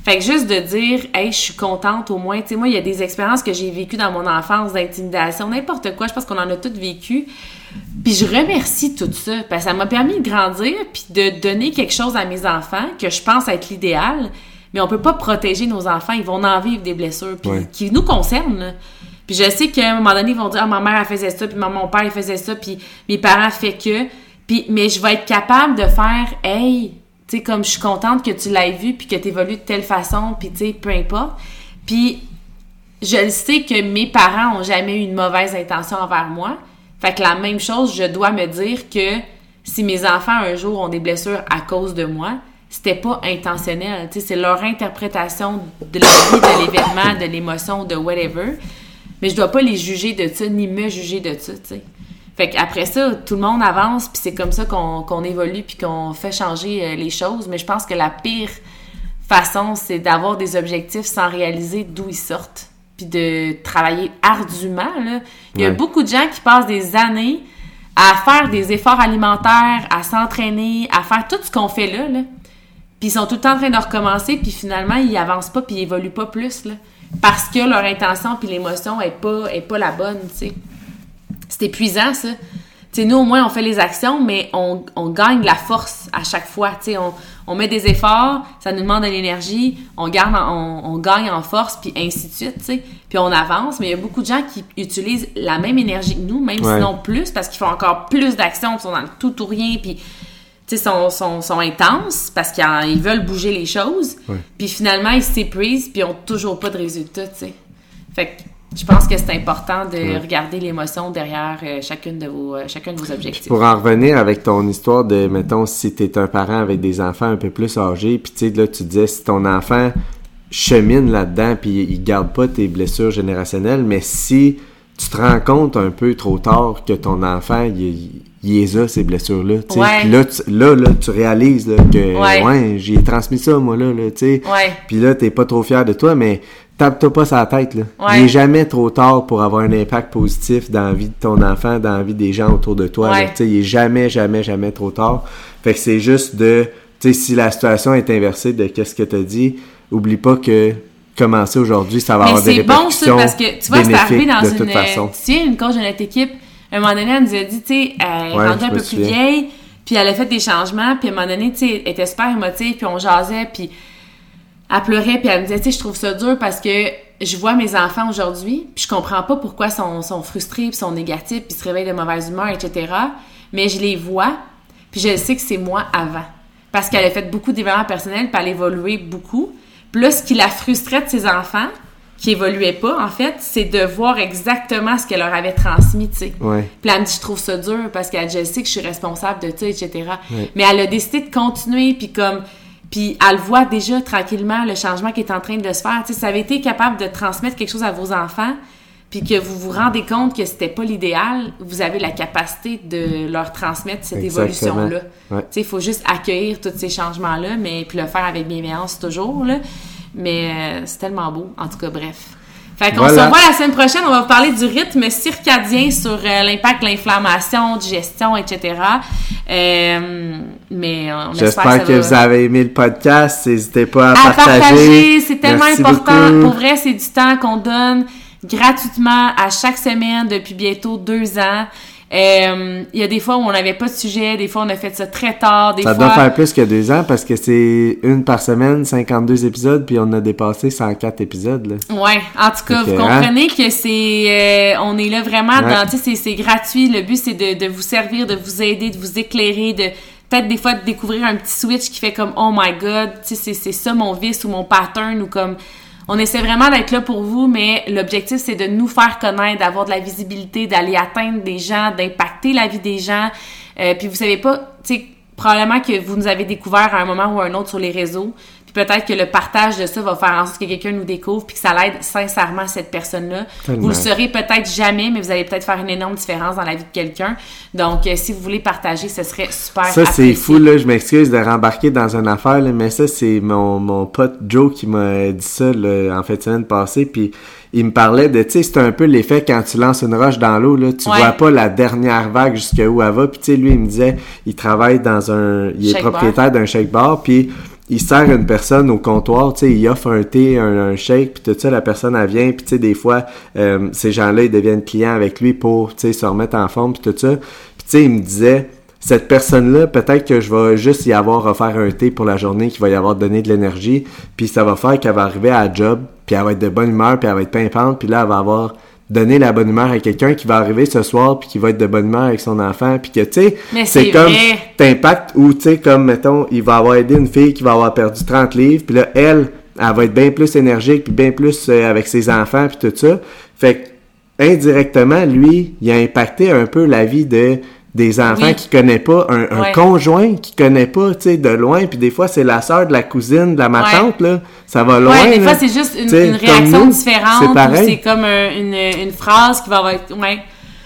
Fait que juste de dire, hey, je suis contente au moins, tu sais, moi, il y a des expériences que j'ai vécues dans mon enfance d'intimidation, n'importe quoi, je pense qu'on en a toutes vécu. Puis je remercie tout ça, parce que ça m'a permis de grandir puis de donner quelque chose à mes enfants que je pense être l'idéal, mais on peut pas protéger nos enfants, ils vont en vivre des blessures puis ouais. qui nous concernent, là. Puis je sais qu'à un moment donné, ils vont dire « Ah, ma mère, elle faisait ça, puis mon père, il faisait ça, puis mes parents fait que... » Puis, mais je vais être capable de faire « Hey, tu sais, comme je suis contente que tu l'aies vu, puis que tu évolues de telle façon, puis tu sais, peu importe. » Puis je le sais que mes parents ont jamais eu une mauvaise intention envers moi. Fait que la même chose, je dois me dire que si mes enfants, un jour, ont des blessures à cause de moi, c'était pas intentionnel. Tu sais, c'est leur interprétation de la vie, de l'événement, de l'émotion, de whatever. Mais je dois pas les juger de ça, ni me juger de ça, tu sais. Fait qu'après ça, tout le monde avance, puis c'est comme ça qu'on, qu'on évolue, puis qu'on fait changer euh, les choses. Mais je pense que la pire façon, c'est d'avoir des objectifs sans réaliser d'où ils sortent, puis de travailler ardument, là. Il y a ouais. beaucoup de gens qui passent des années à faire des efforts alimentaires, à s'entraîner, à faire tout ce qu'on fait là, là. Puis ils sont tout le temps en train de recommencer, puis finalement, ils avancent pas, puis ils évoluent pas plus, là. Parce que leur intention puis l'émotion est pas, est pas la bonne, tu sais. C'est épuisant, ça. Tu sais, nous, au moins, on fait les actions, mais on, on gagne de la force à chaque fois, tu sais. On, on met des efforts, ça nous demande de l'énergie, on, garde en, on, on gagne en force, puis ainsi de suite, tu sais. Puis on avance, mais il y a beaucoup de gens qui utilisent la même énergie que nous, même ouais. sinon plus, parce qu'ils font encore plus d'actions, ils sont dans le tout ou rien, puis... tu sais, sont, sont, sont intenses parce qu'ils veulent bouger les choses. Ouais. Puis finalement, ils s'épuisent puis ils n'ont toujours pas de résultat, tu sais. Fait que je pense que c'est important de ouais. regarder l'émotion derrière euh, chacune de vos, euh, chacun de vos objectifs. Puis pour en revenir avec ton histoire de, mettons, si t'es un parent avec des enfants un peu plus âgés, puis tu sais, là, tu disais, si ton enfant chemine là-dedans puis il garde pas tes blessures générationnelles, mais si tu te rends compte un peu trop tard que ton enfant, il, il les a, ces blessures-là, tu sais. Ouais. Puis là, tu, là, là, tu réalises là, que, ouais, ouais j'y ai transmis ça, moi, là, là tu sais. Ouais. Puis là, t'es pas trop fier de toi, mais tape-toi pas sur la tête, là. Ouais. Il est jamais trop tard pour avoir un impact positif dans la vie de ton enfant, dans la vie des gens autour de toi, ouais. là. Tu sais, il est jamais, jamais, jamais trop tard. Fait que c'est juste de, tu sais, si la situation est inversée de qu'est-ce que t'as dit, oublie pas que commencer aujourd'hui, ça va mais avoir des répercussions. C'est bon, ça, parce que, tu vois, c'est arrivé dans une... façon. Tu sais, une coach de notre équipe, à un moment donné, elle nous a dit, tu sais, elle est ouais, rendue un peu plus vieille, puis elle a fait des changements, puis à un moment donné, tu sais, elle était super émotive, puis on jasait, puis elle pleurait, puis elle me disait, tu sais, je trouve ça dur parce que je vois mes enfants aujourd'hui, puis je comprends pas pourquoi ils sont, sont frustrés, puis sont négatifs, puis se réveillent de mauvaise humeur, et cetera. Mais je les vois, puis je sais que c'est moi avant. Parce qu'elle a fait beaucoup de développement personnel, puis elle a évolué beaucoup. Puis là, ce qui la frustrait de ses enfants, qui évoluaient pas, en fait, c'est de voir exactement ce qu'elle leur avait transmis, tu sais. Ouais. Puis elle me dit, je trouve ça dur parce qu'elle dit, je sais que je suis responsable de ça, et cetera. Ouais. Mais elle a décidé de continuer, puis comme... Puis elle voit déjà tranquillement le changement qui est en train de se faire. Tu sais, si vous avez été capable de transmettre quelque chose à vos enfants, puis que vous vous rendez compte que c'était pas l'idéal, vous avez la capacité de leur transmettre cette Exactement. évolution-là. Ouais. Tu sais, il faut juste accueillir tous ces changements-là, mais puis le faire avec bienveillance toujours, là. Mais euh, c'est tellement beau. En tout cas, bref. Fait qu'on voilà. se revoit la semaine prochaine. On va vous parler du rythme circadien sur euh, l'impact de l'inflammation, digestion, et cetera. Euh, mais on J'espère espère que, que va... vous avez aimé le podcast. N'hésitez pas à, à partager. partager. C'est tellement Merci important. beaucoup. Pour vrai, c'est du temps qu'on donne gratuitement à chaque semaine depuis bientôt deux ans. Il euh, y a des fois où on n'avait pas de sujet, des fois on a fait ça très tard, des ça fois... doit faire plus que deux ans parce que c'est une par semaine, cinquante-deux épisodes, puis on a dépassé cent quatre épisodes, là. Ouais, en tout cas, vous comprenez hein? que c'est... Euh, on est là vraiment ouais. dans... Tu sais, c'est, c'est gratuit. Le but, c'est de, de vous servir, de vous aider, de vous éclairer, de peut-être des fois de découvrir un petit switch qui fait comme « Oh my God! » Tu sais, c'est, c'est ça mon vice ou mon pattern ou comme... On essaie vraiment d'être là pour vous, mais l'objectif, c'est de nous faire connaître, d'avoir de la visibilité, d'aller atteindre des gens, d'impacter la vie des gens. Euh, puis vous savez pas, tu sais, probablement que vous nous avez découvert à un moment ou à un autre sur les réseaux. Puis peut-être que le partage de ça va faire en sorte que quelqu'un nous découvre puis que ça l'aide sincèrement cette personne-là. Tellement. Vous le saurez peut-être jamais, mais vous allez peut-être faire une énorme différence dans la vie de quelqu'un. Donc, euh, si vous voulez partager, ce serait super Ça, apprécié. C'est fou, là. Je m'excuse de rembarquer dans une affaire, là, mais ça, c'est mon, mon pote Joe qui m'a dit ça là, en fait de semaine passée. Puis il me parlait de, tu sais, c'est un peu l'effet quand tu lances une roche dans l'eau, là, tu ouais. vois pas la dernière vague jusqu'à où elle va. Puis tu sais, lui, il me disait, il travaille dans un... Il est shake propriétaire bar. d'un shake bar, puis il sert une personne au comptoir, tu sais, il offre un thé, un, un shake, puis tout ça, la personne, elle vient, puis tu sais, des fois, euh, ces gens-là, ils deviennent clients avec lui pour, tu sais, se remettre en forme, puis tout ça. Puis tu sais, il me disait, cette personne-là, peut-être que je vais juste y avoir offert un thé pour la journée qui va y avoir donné de l'énergie, puis ça va faire qu'elle va arriver à la job, puis elle va être de bonne humeur, puis elle va être pimpante, puis là, elle va avoir donné la bonne humeur à quelqu'un qui va arriver ce soir, puis qui va être de bonne humeur avec son enfant, puis que, tu sais, c'est, c'est comme t'impactes, ou, tu sais, comme, mettons, il va avoir aidé une fille qui va avoir perdu trente livres, puis là, elle, elle va être bien plus énergique, puis bien plus euh, avec ses enfants, puis tout ça. Fait que, indirectement, lui, il a impacté un peu la vie de des enfants oui. qu'il connaît pas, un, un ouais. conjoint qu'il connaît pas, tu sais, de loin, puis des fois, c'est la sœur de la cousine, de la ma tante, ouais. là, ça va loin. Ouais, des là. fois, c'est juste une, une réaction nous, différente, c'est pareil. Ou c'est comme un, une, une phrase qui va être, ouais.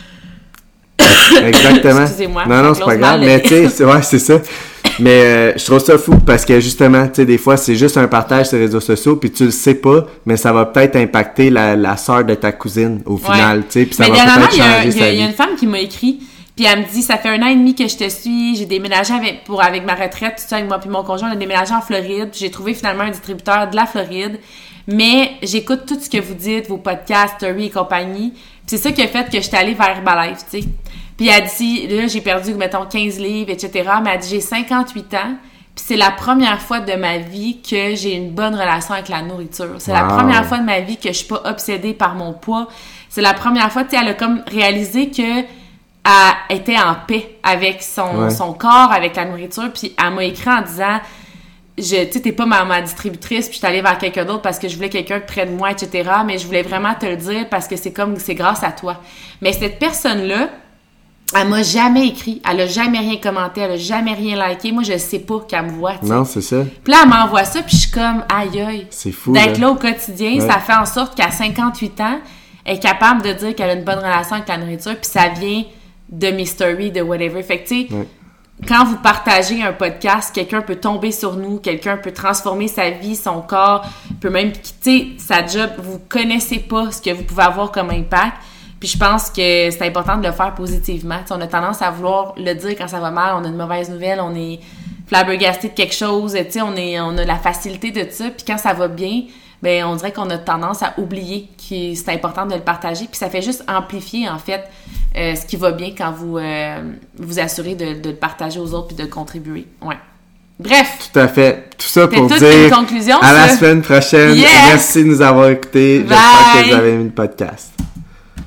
Exactement. Excusez-moi. Non, non, c'est pas grave, mais tu sais, ouais, c'est ça. Mais euh, je trouve ça fou parce que justement, tu sais, des fois, c'est juste un partage sur les réseaux sociaux, puis tu le sais pas, mais ça va peut-être impacter la, la sœur de ta cousine au final, ouais. tu sais, puis ça mais va peut-être changer a, sa vie. Il y a une femme qui m'a écrit, puis elle me dit, ça fait un an et demi que je te suis, j'ai déménagé avec, pour, avec ma retraite, tout ça, avec moi puis mon conjoint, on a déménagé en Floride, j'ai trouvé finalement un distributeur de la Floride, mais j'écoute tout ce que vous dites, vos podcasts, stories et compagnie, puis c'est ça qui a fait que je suis allée vers Herbalife, tu sais. Puis elle dit, là, j'ai perdu, mettons, quinze livres, et cetera, mais elle dit, j'ai cinquante-huit ans, puis c'est la première fois de ma vie que j'ai une bonne relation avec la nourriture. C'est wow. la première fois de ma vie que je suis pas obsédée par mon poids. C'est la première fois, tu sais, elle a comme réalisé que elle était en paix avec son, ouais. son corps, avec la nourriture, puis elle m'a écrit en disant, je, tu sais, t'es pas ma, ma distributrice, puis je suis allée vers quelqu'un d'autre parce que je voulais quelqu'un près de moi, et cetera, mais je voulais vraiment te le dire parce que c'est comme, c'est grâce à toi. Mais cette personne-là, elle m'a jamais écrit, elle a jamais rien commenté, elle a jamais rien liké. Moi, je sais pas qu'elle me voit, tu sais. Non, c'est ça. Puis là, elle m'envoie ça, puis je suis comme, aïe aïe. C'est fou, d'être là. là au quotidien, ouais. ça fait en sorte qu'à cinquante-huit ans, elle est capable de dire qu'elle a une bonne relation avec la nourriture, puis ça vient de mes stories, de whatever. Fait que, tu sais, ouais. quand vous partagez un podcast, quelqu'un peut tomber sur nous, quelqu'un peut transformer sa vie, son corps, peut même quitter sa job. Vous connaissez pas ce que vous pouvez avoir comme impact. Puis je pense que c'est important de le faire positivement. T'sais, on a tendance à vouloir le dire quand ça va mal, on a une mauvaise nouvelle, on est flabbergasté de quelque chose, t'sais, on est, on a la facilité de ça. Puis quand ça va bien, ben on dirait qu'on a tendance à oublier que c'est important de le partager. Puis ça fait juste amplifier en fait euh, ce qui va bien quand vous euh, vous assurez de, de le partager aux autres puis de contribuer. Ouais. Bref. Tout à fait. Tout ça pour toute dire une conclusion, à ça. la semaine prochaine. Yes! Merci de nous avoir écoutés. Bye! J'espère que vous avez aimé le podcast.